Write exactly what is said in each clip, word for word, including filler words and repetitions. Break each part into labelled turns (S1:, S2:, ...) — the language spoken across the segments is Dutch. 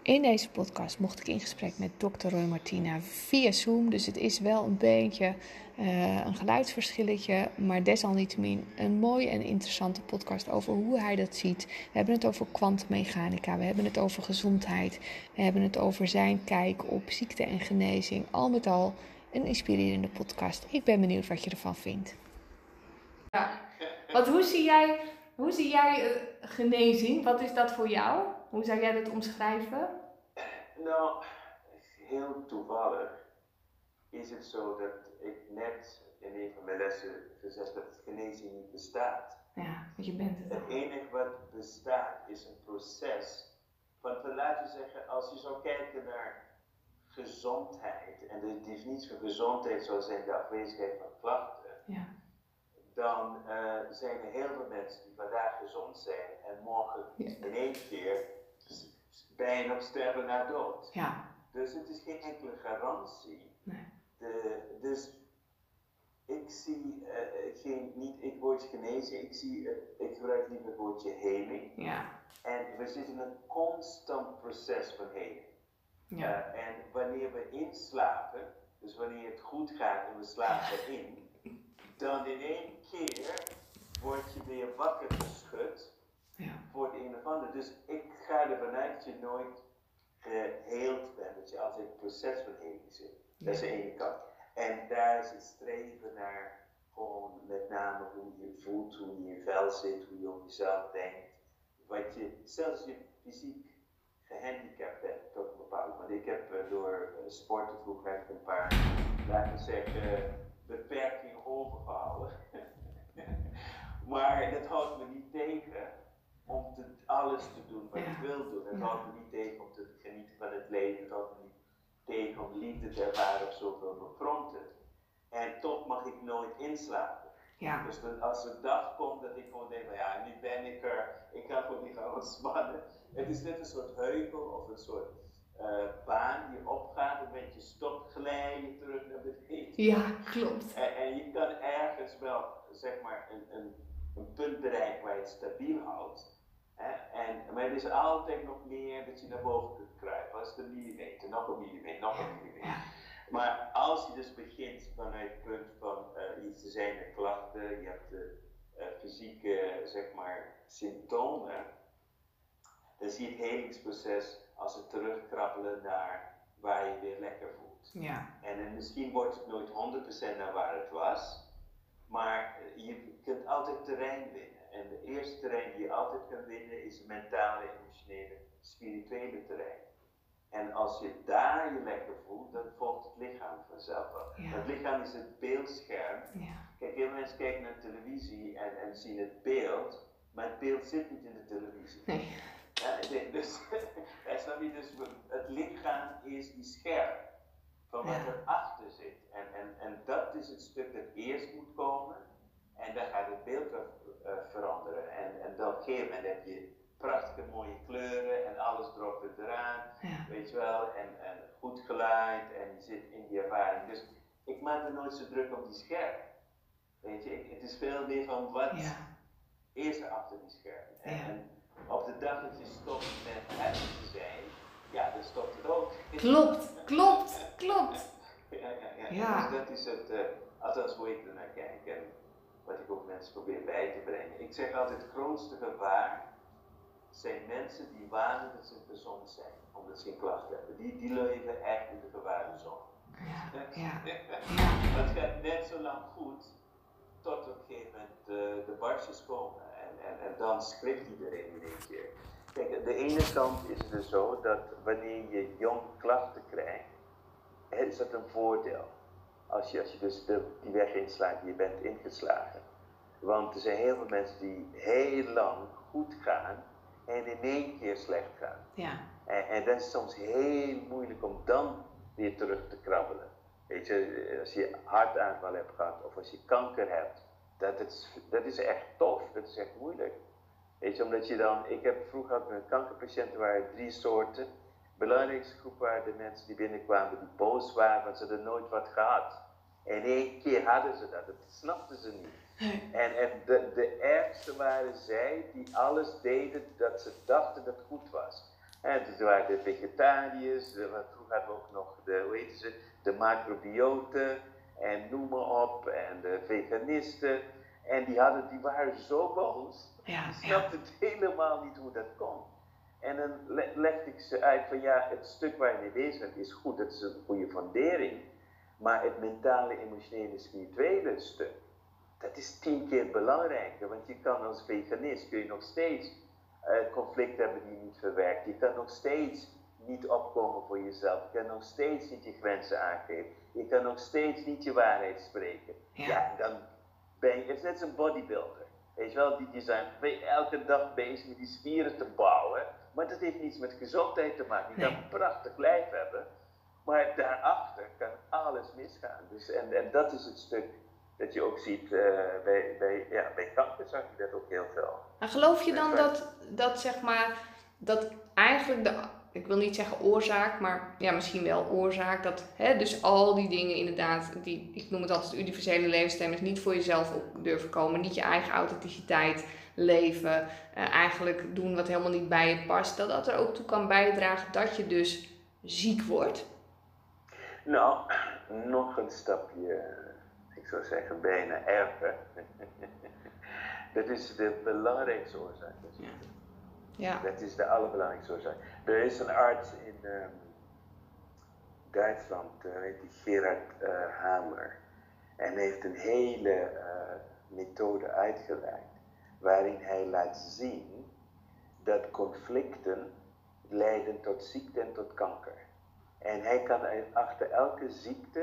S1: In deze podcast mocht ik in gesprek met dokter Roy Martina via Zoom. Dus het is wel een beetje uh, een geluidsverschilletje. Maar desalniettemin een mooie en interessante podcast over hoe hij dat ziet. We hebben het over kwantummechanica. We hebben het over gezondheid. We hebben het over zijn kijk op ziekte en genezing. Al met al een inspirerende podcast. Ik ben benieuwd wat je ervan vindt. Ja, want hoe zie jij, hoe zie jij uh, genezing? Wat is dat voor jou? Hoe zou jij dat omschrijven?
S2: Nou, heel toevallig is het zo dat ik net in een van mijn lessen gezegd heb dat genezing niet bestaat.
S1: Ja, want je bent het.
S2: Het enige wat bestaat is een proces van, te laten zeggen, als je zou kijken naar gezondheid en de definitie van gezondheid zou zijn de afwezigheid van klachten.
S1: Ja.
S2: Dan uh, zijn er heel veel mensen die vandaag gezond zijn en morgen ja. in één keer bijna sterven na dood.
S1: Ja.
S2: Dus het is geen enkele garantie.
S1: Nee.
S2: De, dus ik zie uh, geen, niet het woordje genezing, ik, zie, uh, ik gebruik liever het woordje heling.
S1: Ja.
S2: En we zitten in een constant proces van heling.
S1: Ja.
S2: Uh, en wanneer we inslapen, dus wanneer het goed gaat en we slapen in, dan in één keer word je weer wakker geschud
S1: ja.
S2: voor het een of ander. Dus ik ga ervan uit dat je nooit geheeld bent, dat je altijd in het proces van heling zit. Ja. Dat is de ene kant. En daar is het streven naar gewoon met name hoe je je voelt, hoe je in je vel zit, hoe je over jezelf denkt. Wat je, zelfs je fysiek gehandicapt bent tot een bepaald moment. Ik heb uh, door uh, sporten vroeger heb ik een paar, laten we zeggen, beperkingen overgehouden. Maar dat houdt me niet tegen om te, alles te doen wat
S1: ja.
S2: ik wil doen. Het
S1: ja.
S2: houdt me niet tegen om te genieten van het leven. Het houdt me niet tegen om liefde te ervaren op zoveel fronten. En toch mag ik nooit inslapen.
S1: Ja.
S2: Dus dat als er een dag komt dat ik gewoon denk, nou ja, nu ben ik er, ik ga gewoon niet gaan ontspannen. Het is net een soort heuvel of een soort uh, baan die opgaat, een beetje stopt, glij je terug naar beneden.
S1: Ja, klopt.
S2: En, en je kan ergens wel, zeg maar, een, een, een punt bereiken waar je het stabiel houdt. Hè? En, maar er is altijd nog meer dat je naar boven kunt kruipen. Als het een millimeter, nog een millimeter, nog een millimeter.
S1: Ja.
S2: Maar als je dus begint vanuit het punt van uh, iets te zijn met klachten, je hebt de uh, fysieke, zeg maar, symptomen, dan zie je het helingsproces als het terugkrabbelen naar waar je weer lekker voelt.
S1: Ja.
S2: En, en misschien wordt het nooit honderd procent naar waar het was, maar je kunt altijd terrein winnen. En de eerste terrein die je altijd kan winnen is het mentale, emotionele, spirituele terrein. En als je daar je lekker voelt, dan volgt het lichaam vanzelf af.
S1: Ja.
S2: Het lichaam is het beeldscherm.
S1: Ja.
S2: Kijk, heel veel mensen kijken naar televisie en, en zien het beeld, maar het beeld zit niet in de televisie.
S1: Nee.
S2: Ja, dus, snap je, dus het lichaam is die scherm van wat
S1: ja.
S2: erachter zit. En, en, en dat is het stuk dat eerst moet komen. En dan gaat het beeld uh, veranderen. En, en dan op een gegeven moment heb je prachtige mooie kleuren en alles erop en eraan.
S1: Ja.
S2: Weet je wel, en, en goed geluid en je zit in die ervaring. Dus ik maak me nooit zo druk om die scherm. Weet je, ik, het is veel meer van wat
S1: ja.
S2: eerst achter die scherm. En,
S1: ja.
S2: en op de dag dat je stopt met happy te zijn, ja, dan stopt het ook.
S1: Klopt, klopt, klopt.
S2: Ja, ja, ja.
S1: ja.
S2: Dus dat is het, uh, althans hoe ik er naar kijk en wat ik ook mensen probeer bij te brengen. Ik zeg altijd, het grootste gevaar zijn mensen die wanen dat ze gezond zijn, omdat ze geen klachten hebben. Die, die leven echt in de gevarenzone.
S1: Ja, ja, ja.
S2: Het gaat net zo lang goed, tot op een gegeven moment uh, de barstjes komen. En, en, en dan schrikt iedereen in één keer. Kijk, de ene kant is het dus zo dat wanneer je jong klachten krijgt, is dat een voordeel. Als je, als je dus de, die weg inslaat die je bent ingeslagen. Want er zijn heel veel mensen die heel lang goed gaan en in één keer slecht gaan.
S1: Ja.
S2: En, en dat is soms heel moeilijk om dan weer terug te krabbelen. Weet je, als je hartaanval hebt gehad of als je kanker hebt, dat is, dat is echt tof, dat is echt moeilijk. Weet je, omdat je dan, ik heb vroeger had met kankerpatiënten waren drie soorten. De belangrijkste groep waren de mensen die binnenkwamen die boos waren, want ze hadden nooit wat gehad. En in één keer hadden ze dat, dat snapten ze niet. En, en de, de ergste waren zij die alles deden dat ze dachten dat het goed was. En dus waren de vegetariërs, vroeger hadden we ook nog de, hoe heet ze, de macrobioten en noem maar op, en de veganisten. En die, hadden, die waren zo boos,
S1: Ja,
S2: die snapten ja. helemaal niet hoe dat kon. En dan le legde ik ze uit van ja, het stuk waar je mee bezig bent is goed, dat is een goede fundering. Maar het mentale, emotionele, spirituele stuk, dat is tien keer belangrijker. Want je kan als veganist, kun je nog steeds uh, conflicten hebben die je niet verwerkt. Je kan nog steeds niet opkomen voor jezelf. Je kan nog steeds niet je grenzen aangeven. Je kan nog steeds niet je waarheid spreken. Ja, ja dan ben je, het is net een bodybuilder. Weet je wel, die, die zijn elke dag bezig met die spieren te bouwen. Maar dat heeft niets met gezondheid te maken. Je nee. kan een prachtig lijf hebben. Maar daarachter kan alles misgaan. Dus, en, en dat is het stuk dat je ook ziet uh, bij, bij, ja, bij kanker, zag je dat ook heel veel.
S1: Maar geloof je dan dat, dat zeg maar, dat eigenlijk de, ik wil niet zeggen oorzaak, maar ja, misschien wel oorzaak, dat hè, dus al die dingen inderdaad, die, ik noem het altijd universele levensstijl, is niet voor jezelf op durven komen, niet je eigen authenticiteit leven, uh, eigenlijk doen wat helemaal niet bij je past, dat dat er ook toe kan bijdragen dat je dus ziek wordt?
S2: Nou, nog een stapje, ik zou zeggen bijna erger. Dat is de belangrijkste oorzaak.
S1: Ja. Ja.
S2: Dat is de allerbelangrijkste oorzaak. Er is een arts in um, Duitsland, uh, heet die Gerard uh, Hamer. En hij heeft een hele uh, methode uitgewerkt waarin hij laat zien dat conflicten leiden tot ziekte en tot kanker. En hij kan achter elke ziekte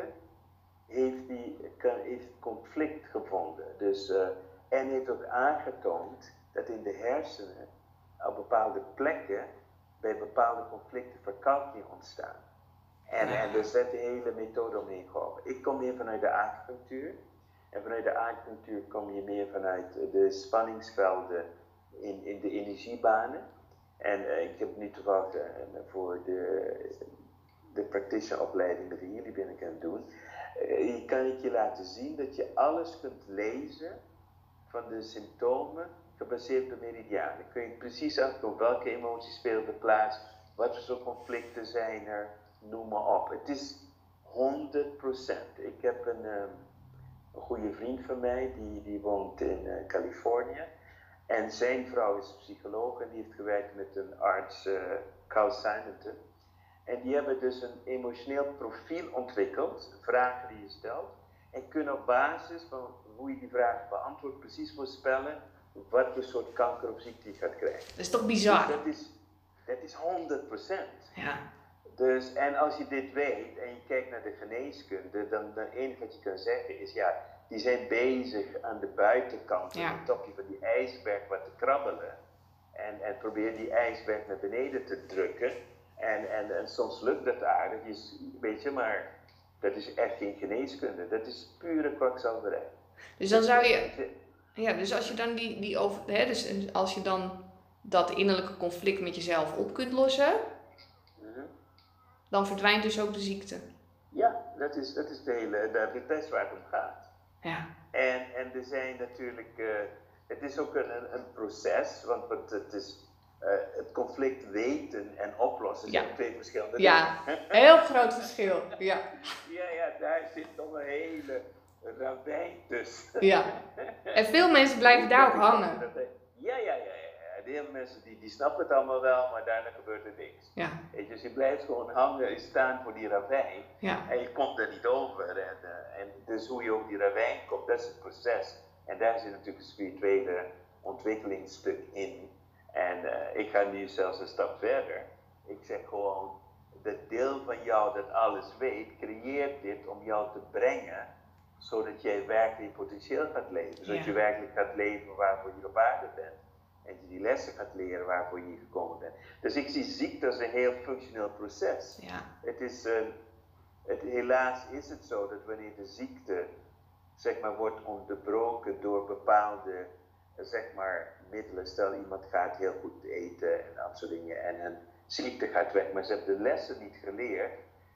S2: heeft hij kan, heeft conflict gevonden. Dus, uh, en heeft ook aangetoond dat in de hersenen op bepaalde plekken bij bepaalde conflicten verkalking ontstaan. En, ja. en dus dat de hele methode omheen geholpen. Ik kom meer vanuit de acupunctuur. En vanuit de acupunctuur kom je meer vanuit de spanningsvelden in, in de energiebanen. En uh, ik heb nu toevallig uh, voor de, de practitioneropleiding met de jullie binnen kan doen. Uh, je kan het je laten zien dat je alles kunt lezen van de symptomen gebaseerd op meridianen. Dan kun je precies afkomen welke emoties spelen er plaats, wat voor soort conflicten zijn er, noem maar op. Het is honderd procent. Ik heb een, um, een goede vriend van mij, die, die woont in uh, Californië. En zijn vrouw is psycholoog en die heeft gewerkt met een arts, uh, Carl Simonton. En die hebben dus een emotioneel profiel ontwikkeld, vragen die je stelt. En kunnen op basis van hoe je die vragen beantwoordt precies voorspellen wat voor soort kanker of ziekte je gaat krijgen.
S1: Dat is toch bizar?
S2: Dus dat is, dat is honderd procent.
S1: Ja.
S2: Dus, en als je dit weet en je kijkt naar de geneeskunde, dan het enige wat je kan zeggen is ja, die zijn bezig aan de buitenkant, ja. aan het topje van die ijsberg wat te krabbelen. En, en probeer die ijsberg naar beneden te drukken. En, en, en soms lukt dat aardig, je, weet je, maar dat is echt geen geneeskunde. Dat is pure kwakzalverij.
S1: Dus dan zou je, ja, dus als je dan die, die over, hè, dus als je dan dat innerlijke conflict met jezelf op kunt lossen, mm-hmm. dan verdwijnt dus ook de ziekte.
S2: Ja, dat is, dat is de hele, dat is waar het om gaat.
S1: Ja.
S2: En, en er zijn natuurlijk, uh, het is ook een, een proces, want, want het is, uh, het conflict weten en oplossen zijn ja. twee verschillende
S1: ja.
S2: dingen.
S1: Ja, heel groot verschil. Ja.
S2: ja, ja, daar zit nog een hele ravijn tussen.
S1: Ja, en veel mensen blijven daar ook hangen.
S2: Ja, ja, ja, ja. De hele mensen die, die snappen het allemaal wel, maar daarna gebeurt er niks.
S1: Ja.
S2: Weet je, dus je blijft gewoon hangen en staan voor die ravijn.
S1: Ja.
S2: En je komt er niet over. En, uh, en dus hoe je over die ravijn komt, dat is het proces. En daar zit natuurlijk een spirituele ontwikkelingsstuk in. En uh, ik ga nu zelfs een stap verder. Ik zeg gewoon, dat deel van jou dat alles weet, creëert dit om jou te brengen, zodat jij werkelijk je potentieel gaat leven. Zodat ja. je werkelijk gaat leven waarvoor je op aarde bent. En je die lessen gaat leren waarvoor je hier gekomen bent. Dus ik zie ziekte als een heel functioneel proces.
S1: Ja.
S2: Het is, uh, het, helaas is het zo dat wanneer de ziekte, zeg maar, wordt onderbroken door bepaalde, zeg maar, middelen. Stel iemand gaat heel goed eten en dat soort dingen en een ziekte gaat weg, maar ze hebben de lessen niet geleerd,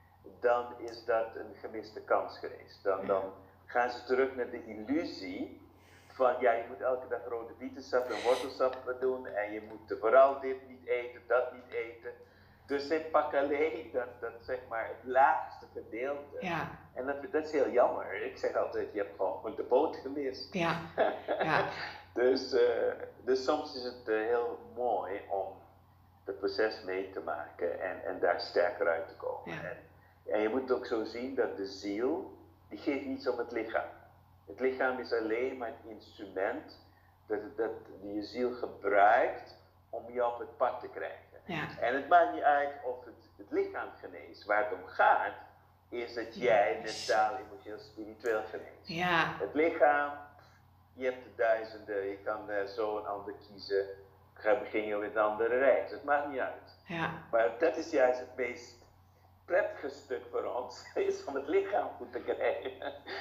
S2: dan is dat een gemiste kans geweest. Dan, dan gaan ze terug naar de illusie van ja, je moet elke dag rode bietensap en wortelsap doen en je moet vooral dit niet eten, dat niet eten. Dus zij pakken alleen dat, dat zeg maar het laagste gedeelte.
S1: Ja.
S2: En dat, dat is heel jammer. Ik zeg altijd, je hebt gewoon de boot gemist.
S1: Ja. Ja.
S2: dus, uh, dus soms is het uh, heel mooi om het proces mee te maken en, en daar sterker uit te komen.
S1: Ja.
S2: En, en je moet ook zo zien dat de ziel, die geeft niets om het lichaam. Het lichaam is alleen maar het instrument dat, dat die je ziel gebruikt om je op het pad te krijgen.
S1: Ja.
S2: En het maakt niet uit of het, het lichaam geneest. Waar het om gaat, is dat jij mentaal, emotioneel, spiritueel geneest.
S1: Ja.
S2: Het lichaam, je hebt de duizenden, je kan uh, zo een ander kiezen. Ga beginnen met een andere reis. Het maakt niet uit.
S1: Ja.
S2: Maar dat is juist het meest prettige stuk voor ons, is om het lichaam goed te krijgen.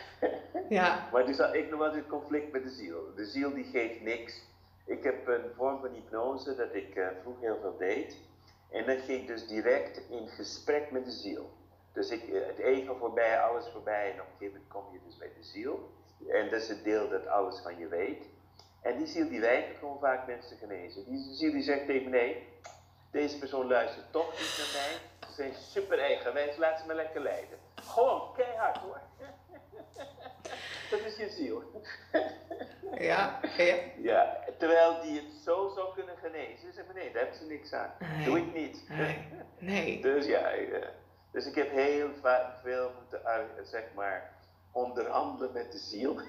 S1: Ja.
S2: Maar dus ik nog wel het conflict met de ziel. De ziel die geeft niks. Ik heb een vorm van hypnose dat ik uh, vroeger heel veel deed. En dat ging dus direct in gesprek met de ziel. Dus ik, uh, het ego voorbij, alles voorbij. En op een gegeven moment kom je dus bij de ziel. En dat is het deel dat alles van je weet. En die ziel die weigert gewoon vaak mensen te genezen. Die ziel die zegt tegen me, nee, deze persoon luistert toch niet naar mij. Ze zijn super eigenwijs, laat ze me lekker leiden. Gewoon keihard hoor. Dat is je ziel.
S1: Ja, ja.
S2: Ja, terwijl die het zo zou kunnen genezen, zeg maar nee, daar hebben ze niks aan.
S1: Nee.
S2: Doe ik niet.
S1: Nee. Nee.
S2: Dus ja, uh, dus ik heb heel va- veel moeten, uh, zeg maar, onderhandelen met de ziel.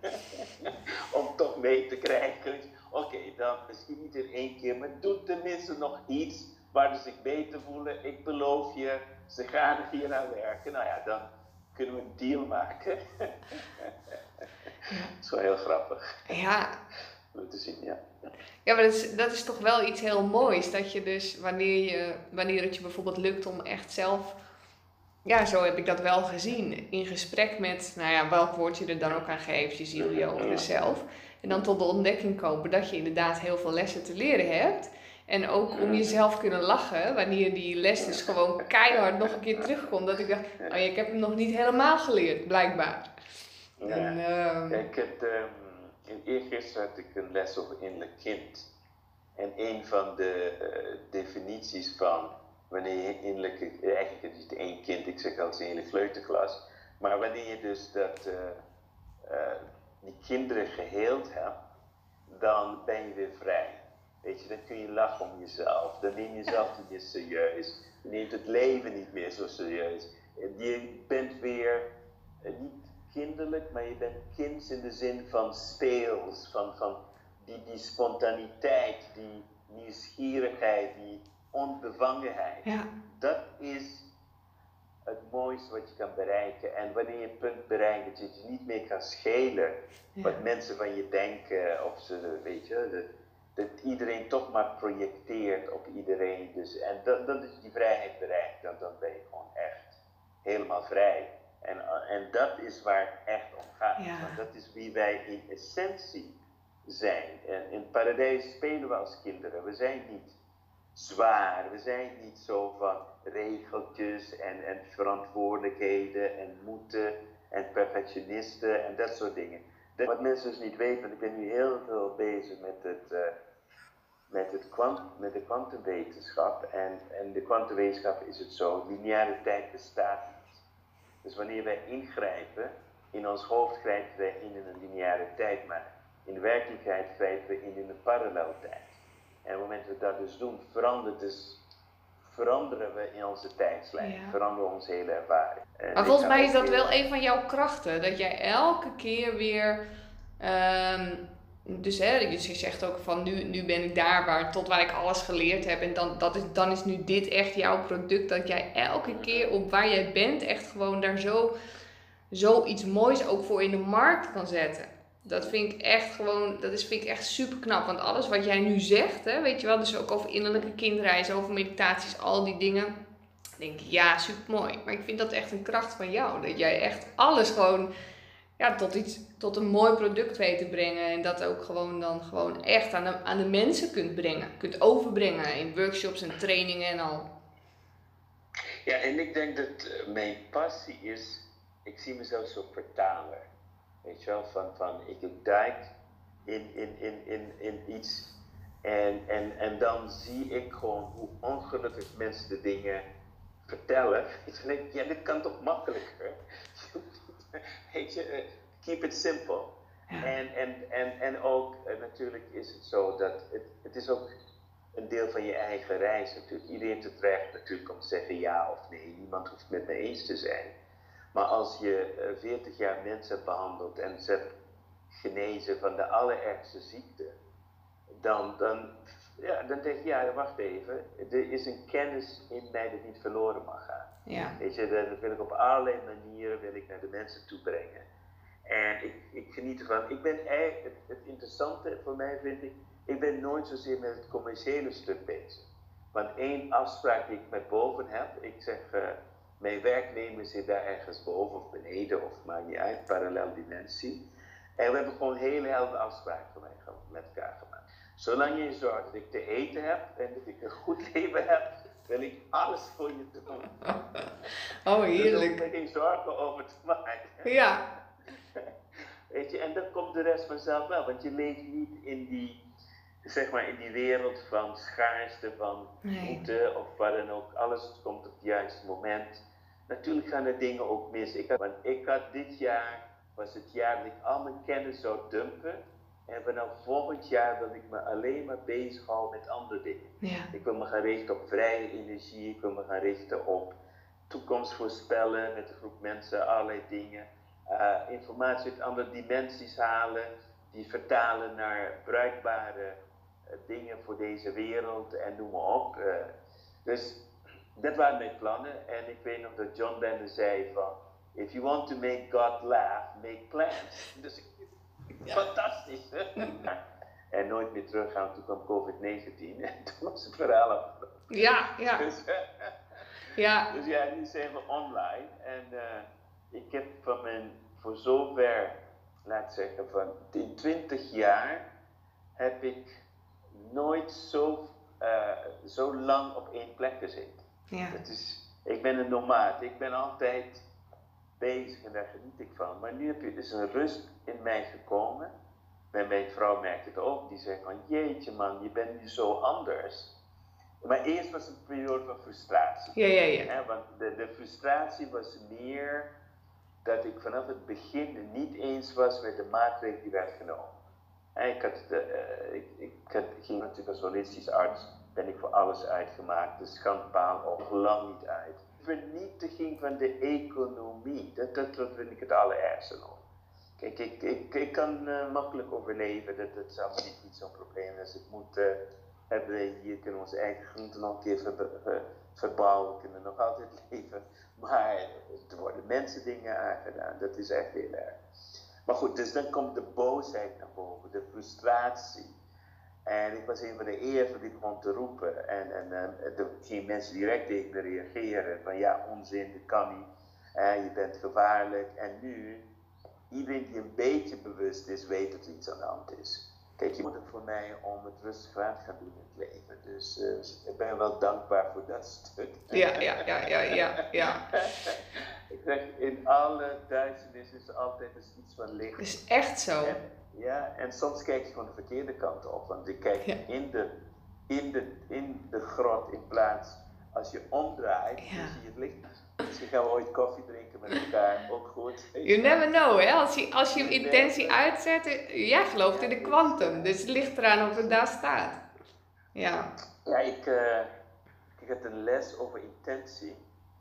S2: Om toch mee te krijgen. Oké, okay, dan misschien niet in één keer, maar doe tenminste nog iets waar ze zich beter voelen. Ik beloof je, ze gaan hier aan werken. Nou ja, dan kunnen we een deal maken. Dat is wel heel grappig.
S1: Ja.
S2: Om te zien, ja.
S1: Ja, maar dat is, dat is toch wel iets heel moois. Dat je dus, wanneer, je, wanneer het je bijvoorbeeld lukt om echt zelf... Ja, zo heb ik dat wel gezien. In gesprek met, nou ja, welk woord je er dan ook aan geeft. Je ziel, je of jezelf. En dan tot de ontdekking komen dat je inderdaad heel veel lessen te leren hebt. En ook om jezelf kunnen lachen, wanneer die les dus gewoon keihard nog een keer terugkomt. Dat ik dacht, oh ja, ik heb hem nog niet helemaal geleerd, blijkbaar.
S2: Ja.
S1: En, um...
S2: ik heb, um, in eergisteren had ik een les over innerlijk kind. En een van de uh, definities van wanneer je innerlijke, eigenlijk het is het één kind, ik zeg altijd een hele kleuterklas. Maar wanneer je dus dat, uh, uh, die kinderen geheeld hebt, dan ben je weer vrij. Weet je, dan kun je lachen om jezelf, dan neem je jezelf niet meer serieus. Je neemt het leven niet meer zo serieus. Je bent weer, uh, niet kinderlijk, maar je bent kinds in de zin van speels, van, van die, die spontaniteit, die nieuwsgierigheid, die onbevangenheid.
S1: Ja.
S2: Dat is het mooiste wat je kan bereiken. En wanneer je het punt bereikt dat je het niet meer kan schelen, ja, wat mensen van je denken, of ze, weet je, dat, dat iedereen toch maar projecteert op iedereen. Dus, en dat, dat is die vrijheid bereikt, dan, dan ben je gewoon echt helemaal vrij. En, en dat is waar het echt om gaat.
S1: Ja.
S2: Want dat is wie wij in essentie zijn. En in het paradijs spelen we als kinderen. We zijn niet zwaar. We zijn niet zo van regeltjes en, en verantwoordelijkheden en moeten en perfectionisten en dat soort dingen. Dat, wat mensen dus niet weten, want ik ben nu heel veel bezig met het... Uh, met, het kwant, met de kwantumwetenschap. En, en de kwantumwetenschap is het zo, lineaire tijd bestaat niet. Dus wanneer wij ingrijpen, in ons hoofd grijpen wij in een lineaire tijd, maar in werkelijkheid grijpen we in een paralleltijd. En op het moment dat we dat dus doen, verandert dus, veranderen we in onze tijdslijn, ja, veranderen we onze hele ervaring. En
S1: maar volgens mij is dat wel een van jouw krachten, dat jij elke keer weer... Um, Dus, hè, dus je zegt ook van nu, nu ben ik daar waar, tot waar ik alles geleerd heb. En dan, dat is, dan is nu dit echt jouw product. Dat jij elke keer op waar jij bent echt gewoon daar zo, zo iets moois ook voor in de markt kan zetten. Dat vind ik echt gewoon, dat is, vind ik echt super knap. Want alles wat jij nu zegt, hè, weet je wel, dus ook over innerlijke kindreizen, over meditaties, al die dingen. Denk ik, ja, super mooi. Maar ik vind dat echt een kracht van jou. Dat jij echt alles gewoon... Ja, tot, iets, tot een mooi product weet te brengen. En dat ook gewoon dan gewoon echt aan de, aan de mensen kunt brengen. Kunt overbrengen in workshops en trainingen en al.
S2: Ja, en ik denk dat mijn passie is... Ik zie mezelf zo vertaler. Weet je wel, van, van ik duik in, in, in, in, in iets En, en, en dan zie ik gewoon hoe ongelukkig mensen de dingen vertellen. Ik denk, ja, dit kan toch makkelijker? Weet je, uh, keep it simple. Ja. En, en, en, en ook, uh, natuurlijk is het zo dat het, het is ook een deel van je eigen reis natuurlijk. Iedereen heeft het recht natuurlijk om te zeggen ja of nee. Niemand hoeft het met me eens te zijn. Maar als je uh, veertig jaar mensen hebt behandeld en ze hebt genezen van de allerergste ziekte, dan, dan, ja, dan denk je, ja, wacht even, er is een kennis in mij die niet verloren mag gaan.
S1: Ja.
S2: Weet je, dat wil ik op allerlei manieren wil ik naar de mensen toe brengen. En ik, ik geniet ervan. Ik ben eigenlijk, het, het interessante voor mij vind ik, ik ben nooit zozeer met het commerciële stuk bezig. Want één afspraak die ik met boven heb, ik zeg, uh, mijn werknemer zit daar ergens boven of beneden of maakt niet uit, parallel dimensie. En we hebben gewoon hele heldere afspraken voor mij met elkaar gemaakt. Zolang je zorgt dat ik te eten heb en dat ik een goed leven heb, wil ik alles voor je doen.
S1: Oh, heerlijk.
S2: Dus daar hoef ik geen zorgen over te maken.
S1: Ja.
S2: Weet je, en dan komt de rest vanzelf wel, want je leeft niet in die, zeg maar, in die wereld van schaarste, van moeten nee. of wat dan ook. Alles komt op het juiste moment. Natuurlijk gaan er dingen ook mis. Ik had, want ik had dit jaar, was het jaar dat ik al mijn kennis zou dumpen. En vanaf volgend jaar wil ik me alleen maar bezighouden met andere dingen.
S1: Ja.
S2: Ik wil me gaan richten op vrije energie, ik wil me gaan richten op toekomst voorspellen met een groep mensen, allerlei dingen. Uh, informatie uit andere dimensies halen, die vertalen naar bruikbare uh, dingen voor deze wereld en noem maar op. Uh, dus dat waren mijn plannen en ik weet nog dat John Lennon zei van, if you want to make God laugh, make plans. Dus ja. Fantastisch. En nooit meer teruggaan, toen kwam covid negentien en toen was het verhaal afgelopen.
S1: Ja, ja.
S2: Dus,
S1: ja.
S2: dus ja, nu zijn we online en uh, ik heb van mijn, voor zover, laat ik zeggen, van in twintig jaar heb ik nooit zo, uh, zo lang op één plek gezeten.
S1: Ja.
S2: Het is, ik ben een nomaat, ik ben altijd bezig en daar geniet ik van. Maar nu heb je dus een rust in mij gekomen. En mijn vrouw merkt het ook, die zegt van jeetje man, je bent nu zo anders. Maar eerst was het een periode van frustratie.
S1: Ja, ja, ja.
S2: He, want de, de frustratie was meer dat ik vanaf het begin niet eens was met de maatregelen die werd genomen. He, ik, had de, uh, ik, ik, had, ik ging natuurlijk als holistisch arts, ben ik voor alles uitgemaakt, de schandpaal ook lang niet uit. Vernietiging van de economie, dat, dat, dat vind ik het allerergste nog. Kijk, ik, ik, ik kan uh, makkelijk overleven, dat, dat is allemaal niet, niet zo'n probleem. Dus ik moet, uh, hebben we hier kunnen we onze eigen groenten nog een keer ver, ver, verbouwen, we kunnen nog altijd leven. Maar er worden mensen dingen aangedaan, dat is echt heel erg. Maar goed, dus dan komt de boosheid naar boven, de frustratie. En ik was een van de eerste die begon te roepen. En, en uh, er gingen mensen direct tegen me reageren. Van ja, onzin, dat kan niet. Uh, je bent gevaarlijk. En nu, iedereen die een beetje bewust is, weet dat er iets aan de hand is. Kijk, je moet het voor mij om het rustig aan te gaan doen in het leven. Dus uh, ik ben wel dankbaar voor dat stuk.
S1: Ja, ja, ja, ja, ja. ja.
S2: Ik zeg, in alle duisternis is er altijd dus iets van licht.
S1: Dat is echt zo.
S2: En, ja, en soms kijk je gewoon de verkeerde kant op. Want je kijkt ja. in, de, in, de, in de grot in plaats, als je omdraait, ja. dan zie je het licht. Misschien gaan we ooit koffie drinken met elkaar, ook goed.
S1: You never know, hè. Als je, als je intentie uitzet, jij gelooft in de kwantum, dus het ligt eraan of het daar staat. Ja.
S2: Ja, ik, uh, ik had een les over intentie.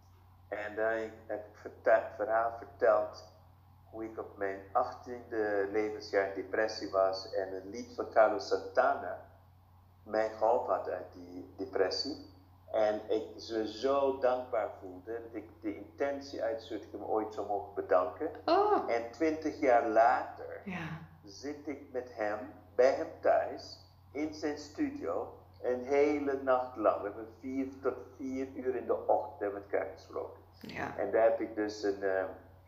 S2: En daar heb ik het verhaal verteld hoe ik op mijn achttiende levensjaar in depressie was en een lied van Carlos Santana mij geholpen had uit die depressie. En ik me zo dankbaar voelde dat ik de intentie uitzette dat ik hem ooit zou mogen bedanken.
S1: Oh.
S2: En twintig jaar later
S1: ja.
S2: zit ik met hem, bij hem thuis, in zijn studio, een hele nacht lang. We hebben vier tot vier uur in de ochtend hebben met elkaar gesproken.
S1: Ja.
S2: En daar heb ik dus een, uh, uh,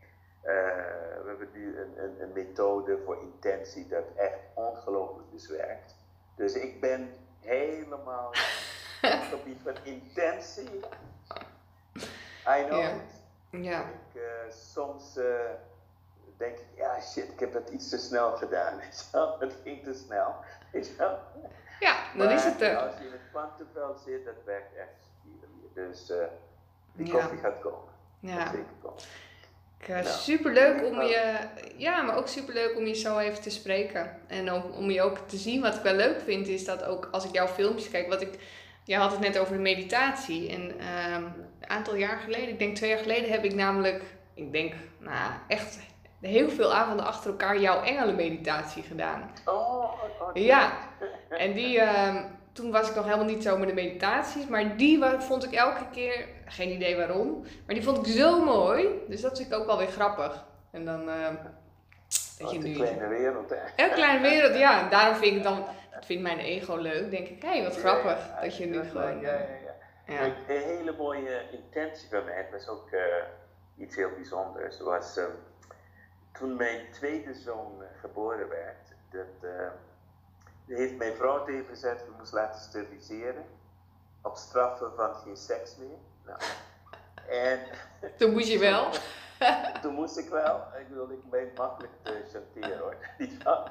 S2: we hebben nu een, een, een methode voor intentie dat echt ongelooflijk dus werkt. Dus ik ben helemaal op het gebied van intentie. I know
S1: ja.
S2: it.
S1: Ja.
S2: Ik, uh, soms uh, denk ik, ja shit, ik heb dat iets te snel gedaan. Het ging te snel.
S1: Ja, dan
S2: maar
S1: is het er.
S2: als je in het kwantumveld zit, dat werkt echt hier. Dus uh, die
S1: Ja.
S2: koffie gaat komen.
S1: Ja.
S2: Dat zeker komen.
S1: Uh,
S2: nou,
S1: superleuk om je, ja, maar ook superleuk om je zo even te spreken. En om, om je ook te zien. Wat ik wel leuk vind, is dat ook als ik jouw filmpjes kijk, wat ik, je had het net over de meditatie. En um, een aantal jaar geleden, ik denk twee jaar geleden, heb ik namelijk, ik denk, nou echt heel veel avonden achter elkaar jouw engelenmeditatie gedaan.
S2: Oh, oh, oh
S1: ja. En die, um, toen was ik nog helemaal niet zo met de meditaties, maar die vond ik elke keer, geen idee waarom, maar die vond ik zo mooi. Dus dat vind ik ook wel weer grappig. En dan, uh,
S2: dat je nu... Een kleine wereld, hè?
S1: Een kleine wereld, ja. En daarom vind ik dan, dat vindt mijn ego leuk, denk ik, hé, hey, wat grappig, ja, ja, dat je nu gewoon...
S2: Ja, ja, ja. ja. Een hele mooie intentie bij mij, het was ook uh, iets heel bijzonders, was uh, toen mijn tweede zoon uh, geboren werd, dat... Uh, heeft mijn vrouw tegen gezegd, we moesten laten steriliseren. Op straffen van geen seks meer. Nou. En
S1: toen moest je wel?
S2: Toen moest ik wel. Ik bedoel, ik ben makkelijk te chanteren hoor. Niet van.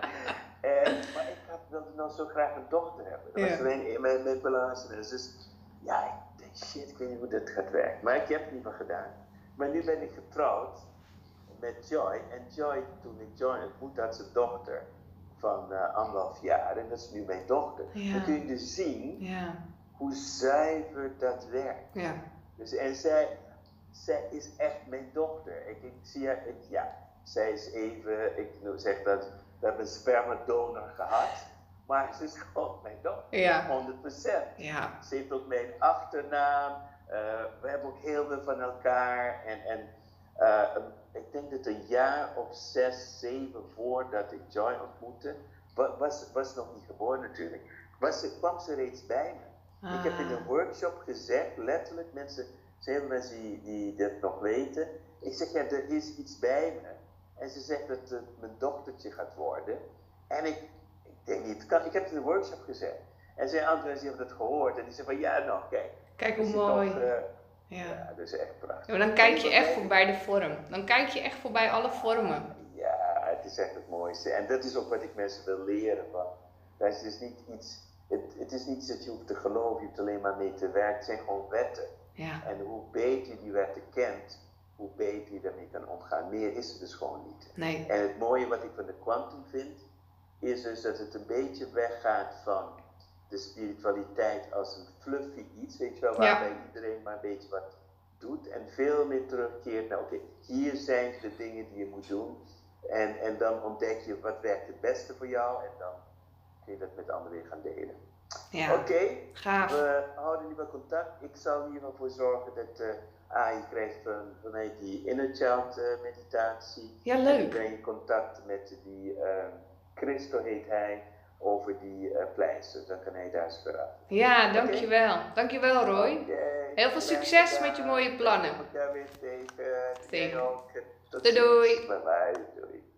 S2: En, maar ik had, wilde nou zo graag een dochter hebben. Dat was ja. mijn, mijn, mijn belangrijkste. Dus ja, ik denk shit, ik weet niet hoe dit gaat werken. Maar ik heb het niet meer gedaan. Maar nu ben ik getrouwd met Joy. En Joy, toen ik Joy ontmoette, had ze een dochter van uh, anderhalf jaar en dat is nu mijn dochter. Ja. Dan kun je dus zien ja. hoe zuiver dat werkt. Ja. Dus, en zij, zij is echt mijn dochter. Ik, ik zie haar, ik, ja, zij is even, ik zeg dat, we hebben een spermadonor gehad, maar ze is gewoon mijn dochter, ja. honderd procent. Ja. Ze heeft ook mijn achternaam, uh, we hebben ook heel veel van elkaar en, en uh, ik denk dat een jaar of zes, zeven voordat ik Joy ontmoette, was, was nog niet geboren natuurlijk, was ze, kwam ze reeds bij me. Ah. Ik heb in een workshop gezegd, letterlijk, mensen, er zijn heel veel mensen die, die dat nog weten. Ik zeg, ja, er is iets bij me. En ze zegt dat het mijn dochtertje gaat worden. En ik, ik denk niet, kan, ik heb het in een workshop gezegd. En zijn andere mensen hebben dat gehoord en die zeggen van, ja, nou, kijk.
S1: Kijk hoe mooi.
S2: Nog, uh, Ja. ja, dat is echt prachtig.
S1: Ja, maar dan kijk je echt voorbij de vorm. Dan kijk je echt voorbij alle vormen.
S2: Ja, het is echt het mooiste. En dat is ook wat ik mensen wil leren. Van. Het is niet iets, het, het is niet iets dat je hoeft te geloven, je hoeft alleen maar mee te werken. Het zijn gewoon wetten. Ja. En hoe beter je die wetten kent, hoe beter je daarmee kan omgaan. Meer is het dus gewoon niet. Nee. En het mooie wat ik van de quantum vind, is dus dat het een beetje weggaat van de spiritualiteit als een fluffy iets, weet je wel, waarbij ja. iedereen maar een beetje wat doet en veel meer terugkeert naar, oké, okay, hier zijn de dingen die je moet doen en, en dan ontdek je wat werkt het beste voor jou en dan kun je dat met anderen weer gaan delen. Ja, oké, okay, we houden nu wel contact. Ik zal hier wel voor zorgen dat uh, ah, je krijgt van, van mij die inner child uh, meditatie.
S1: Ja, leuk.
S2: En ik breng in contact met die, uh, Christo heet hij, over die uh, pleisters, dan kan hij daar eens verraden.
S1: Ja, dankjewel. Okay. Dankjewel Roy. Okay. Heel veel succes met je mooie plannen.
S2: Ik ga weer tegen.
S1: Doei doei.
S2: Bye bye. Doei.